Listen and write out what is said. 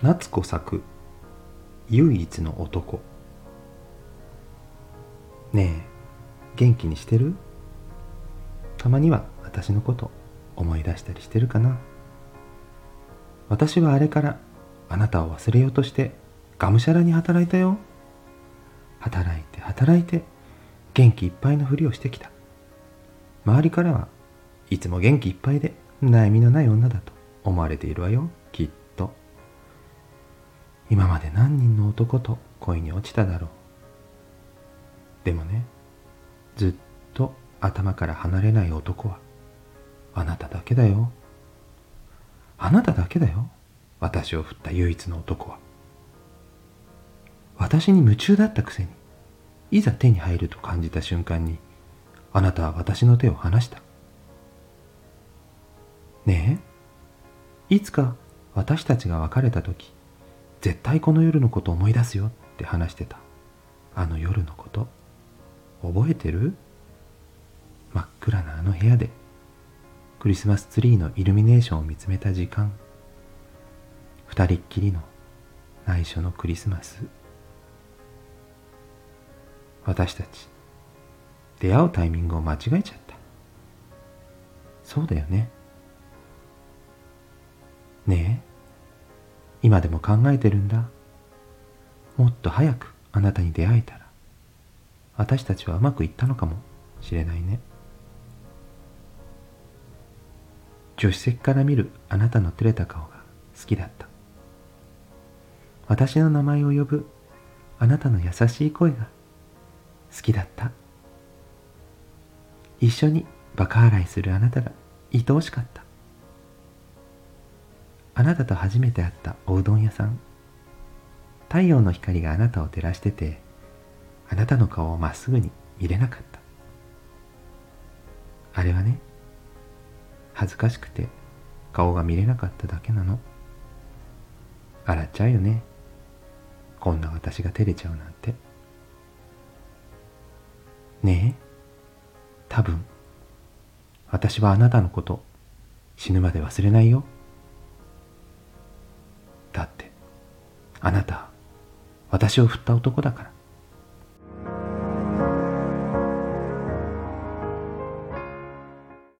夏子作唯一の男。ねえ、元気にしてる？たまには私のこと思い出したりしてるかな？私はあれからあなたを忘れようとしてがむしゃらに働いたよ。働いて働いて元気いっぱいのふりをしてきた。周りからはいつも元気いっぱいで悩みのない女だと思われているわよ、きっと。今まで何人の男と恋に落ちただろう。でもね、ずっと頭から離れない男はあなただけだよ。あなただけだよ、私を振った唯一の男は。私に夢中だったくせに、いざ手に入ると感じた瞬間に、あなたは私の手を離した。ねえ、いつか私たちが別れた時、絶対この夜のこと思い出すよって話してた。あの夜のこと、覚えてる？真っ暗なあの部屋で、クリスマスツリーのイルミネーションを見つめた時間。二人っきりの内緒のクリスマス。私たち、出会うタイミングを間違えちゃった。そうだよね。ねえ、今でも考えてるんだ。もっと早くあなたに出会えたら、私たちはうまくいったのかもしれないね。助手席から見るあなたの照れた顔が好きだった。私の名前を呼ぶあなたの優しい声が好きだった。一緒にバカ笑いするあなたが愛おしかった。あなたと初めて会ったおうどん屋さん。太陽の光があなたを照らしてて、あなたの顔をまっすぐに見れなかった。あれはね、恥ずかしくて顔が見れなかっただけなの。笑っちゃうよね、こんな私が照れちゃうなんて。ねえ、多分私はあなたのこと死ぬまで忘れないよ。だってあなた私を振った男だから。